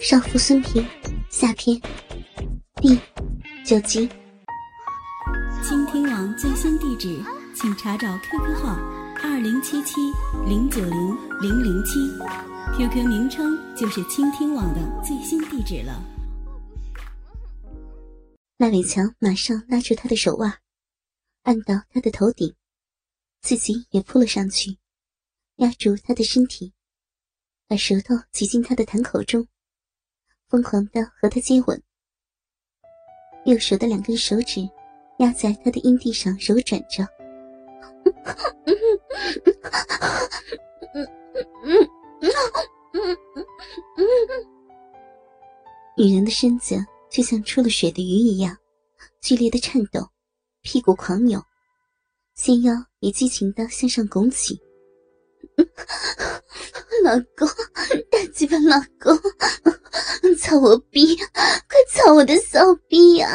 少妇孙平下篇第9集。 倾听网最新地址，请查找 QQ 号2077090007 ，QQ 名称就是倾听网的最新地址了。 赖伟强马上拉住他的手腕，按到他的头顶，自己也扑了上去，压住他的身体，把舌头挤进他的痰口中，疯狂地和他接吻。右手的2根手指压在他的阴蒂上揉转着，女人的身子就像出了水的鱼一样剧烈的颤抖，屁股狂扭，纤腰也激情地向上拱起。老公，大鸡巴老公，操我逼，快操我的骚逼呀！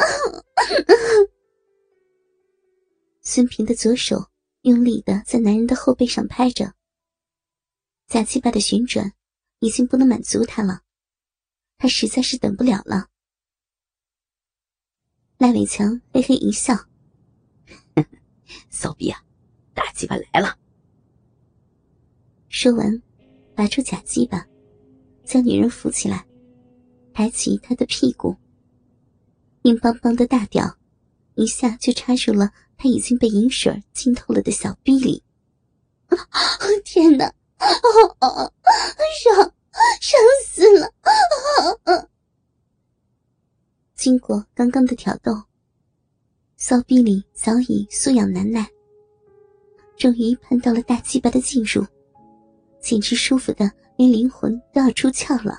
孙平的左手用力地在男人的后背上拍着，假鸡巴的旋转已经不能满足他了，他实在是等不了了。赖伟强嘿嘿一笑， 骚逼啊，大鸡巴来了。 说完，拔出假鸡巴，将女人扶起来，抬起她的屁股，硬邦邦的大屌一下就插入了她已经被饮水浸透了的小逼里。天哪，伤死了！经过刚刚的挑逗，骚逼里早已酥痒难耐，终于盼到了大鸡巴的进入，简直舒服的连灵魂都要出窍了。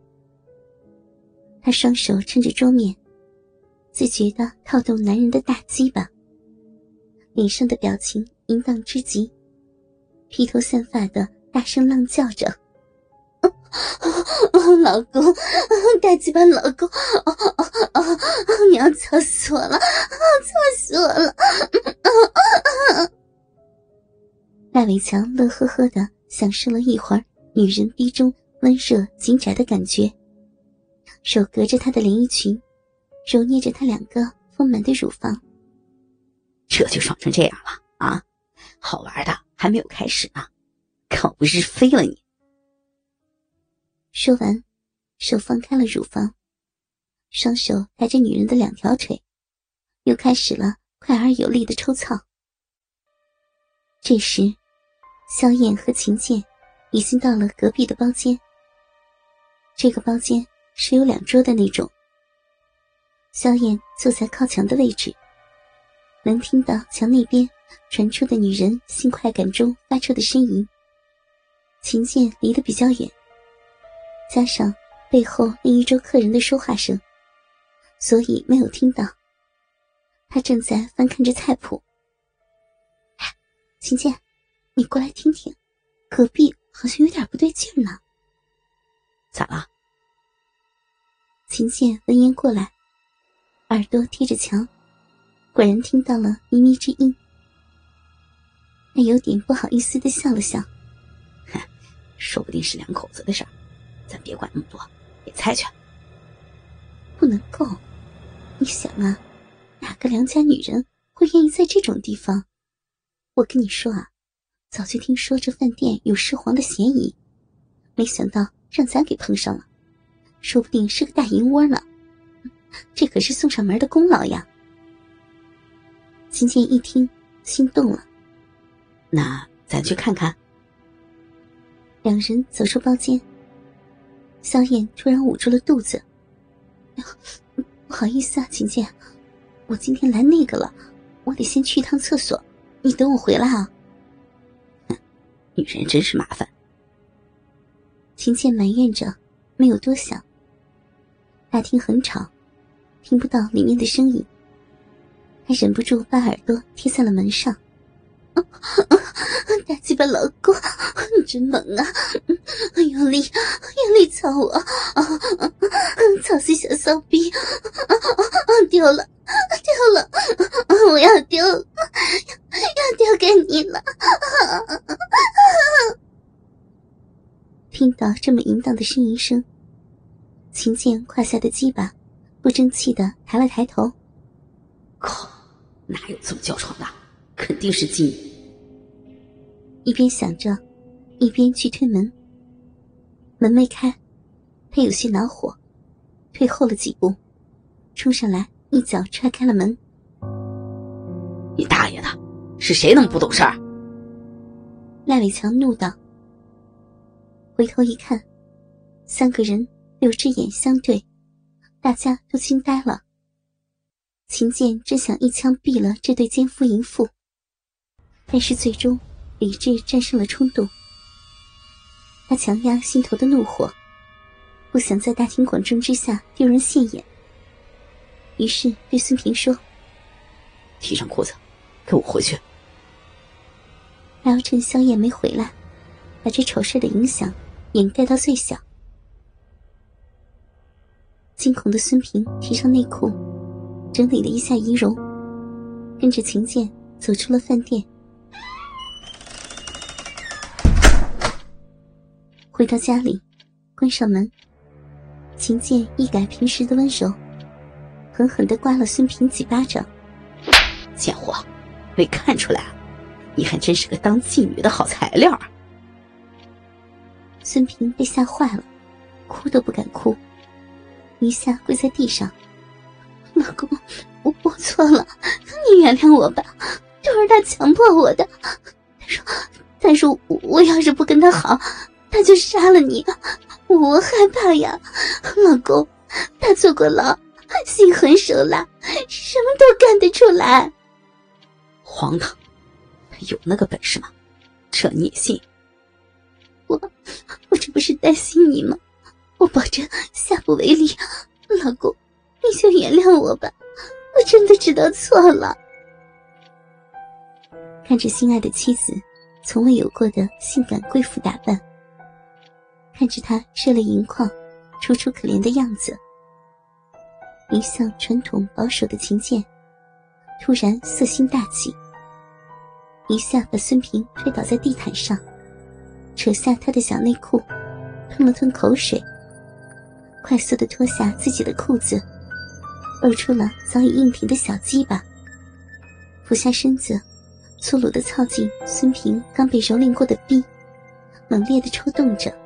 他双手撑着桌面，自觉地套动男人的大鸡巴，脸上的表情淫荡之极，披头散发的大声浪叫着：老公，大鸡巴老公，你要操死我了，操死我了！赖伟强乐呵呵地享受了一会儿女人逼中温热紧窄的感觉，手隔着她的连衣裙，揉捏着她2个丰满的乳房。 这就爽成这样了啊！好玩的还没有开始呢，看我不是飞了你！ 说完，手放开了乳房，双手抬着女人的2条腿，又开始了快而有力的抽操。这时萧燕和秦剑已经到了隔壁的包间，这个包间是有2桌的那种。萧燕坐在靠墙的位置，能听到墙那边传出的女人性快感中发出的呻吟。秦剑离得比较远，加上背后另一桌客人的说话声，所以没有听到。他正在翻看着菜谱。秦剑，你过来听听，隔壁好像有点不对劲呢。 咋了？ 秦剑闻言过来，耳朵贴着墙，果然听到了靡靡之音。他有点不好意思地笑了笑， 说不定是2口子的事儿，咱别管那么多，也猜去。 不能够，你想啊，哪个良家女人会愿意在这种地方？我跟你说啊，早就听说这饭店有涉黄的嫌疑，没想到让咱给碰上了，说不定是个大银窝呢。这可是送上门的功劳呀。秦剑一听，心动了。 那咱去看看。 2人走出包间，萧燕突然捂住了肚子。不好意思啊，秦剑，我今天来那个了，我得先去一趟厕所，你等我回来啊。 女人真是麻烦。 秦剑埋怨着，没有多想。大厅很吵，听不到里面的声音，他忍不住把耳朵贴在了门上。大鸡巴老公，你真猛啊！用力操我，操死小骚逼！丢了，我要丢了，要丢给你了！听到这么淫荡的呻吟声， 秦剑胯下的鸡巴不争气地抬了抬头。 靠，哪有这么娇喘的？肯定是妓女。 一边想着，一边去推门。门没开，他有些恼火，退后了几步，冲上来一脚踹开了门。 你大爷的，是谁那么不懂事儿？ 赖伟强怒道。回头一看，3个人6只眼相对，大家都惊呆了。秦剑真想一枪毙了这对奸夫淫妇，但是最终理智战胜了冲动。他强压心头的怒火，不想在大庭广众之下丢人现眼，于是对孙平说： 提上裤子，给我回去。 还要趁萧燕没回来，把这丑事的影响掩盖到最小。惊恐的孙平提上内裤，整理了一下仪容，跟着秦剑走出了饭店。回到家里，关上门，秦剑一改平时的温柔，狠狠地刮了孙平几巴掌。 贱货，被看出来了，你还真是个当妓女的好材料啊！ 孙平被吓坏了，哭都不敢哭，一下跪在地上：老公，我错了，你原谅我吧，都是他强迫我的。他说我要是不跟他好，他就杀了你，我害怕呀。老公，他坐过牢，心狠手辣，什么都干得出来。 荒唐，他有那个本事吗？这你也信？ 我这不是担心你吗？我保证下不为例。老公，你就原谅我吧，我真的知道错了。看着心爱的妻子从未有过的性感贵妇打扮，看着她热泪盈眶楚楚可怜的样子，一向传统保守的秦剑突然色心大起，一下把孙平推倒在地毯上，扯下他的小内裤，吞了吞口水，快速地脱下自己的裤子，露出了早已硬挺的小鸡巴，俯下身子粗鲁地操进孙平刚被蹂躏过的逼，猛烈地抽动着。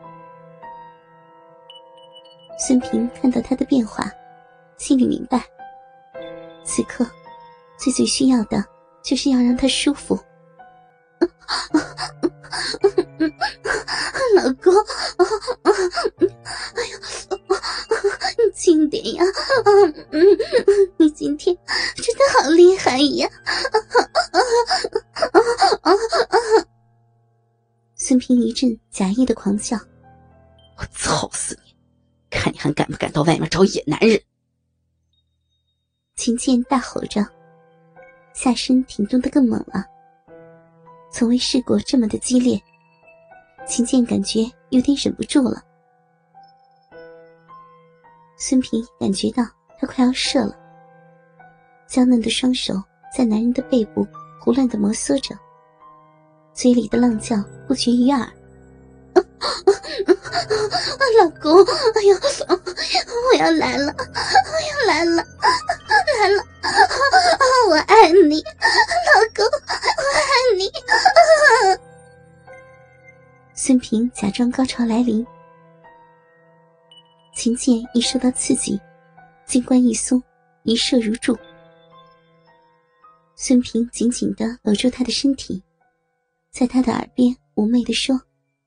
孙平看到他的变化，心里明白，此刻最需要的就是要让他舒服。老公，哎呦，你轻点呀，你今天真的好厉害呀！孙平一阵假意的狂叫： 我操死你，看你还敢不敢到外面找野男人。 秦剑大吼着，下身挺动得更猛了，从未试过这么的激烈，秦剑感觉有点忍不住了。孙平感觉到他快要射了，娇嫩的双手在男人的背部胡乱地摩挲着，嘴里的浪叫不绝于耳。老公，哎呦，我要来了，我要来了，来了，我爱你，老公，我爱你。孙平假装高潮来临，秦剑一受到刺激，金冠一松，一射如注。孙平紧紧地搂住他的身体，在他的耳边妩媚地说：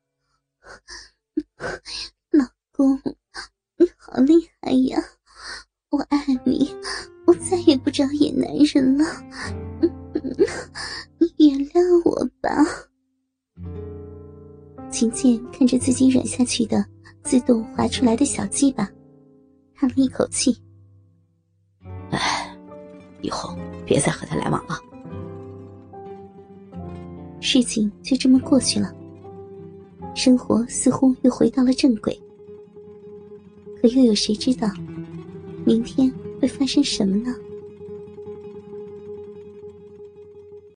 老公，你好厉害呀，我爱你，我再也不找野男人了，你原谅我吧。秦剑看着自己软下去的自动滑出来的小鸡巴，叹了一口气： 哎，以后别再和他来往了。 事情就这么过去了，生活似乎又回到了正轨。可又有谁知道明天会发生什么呢？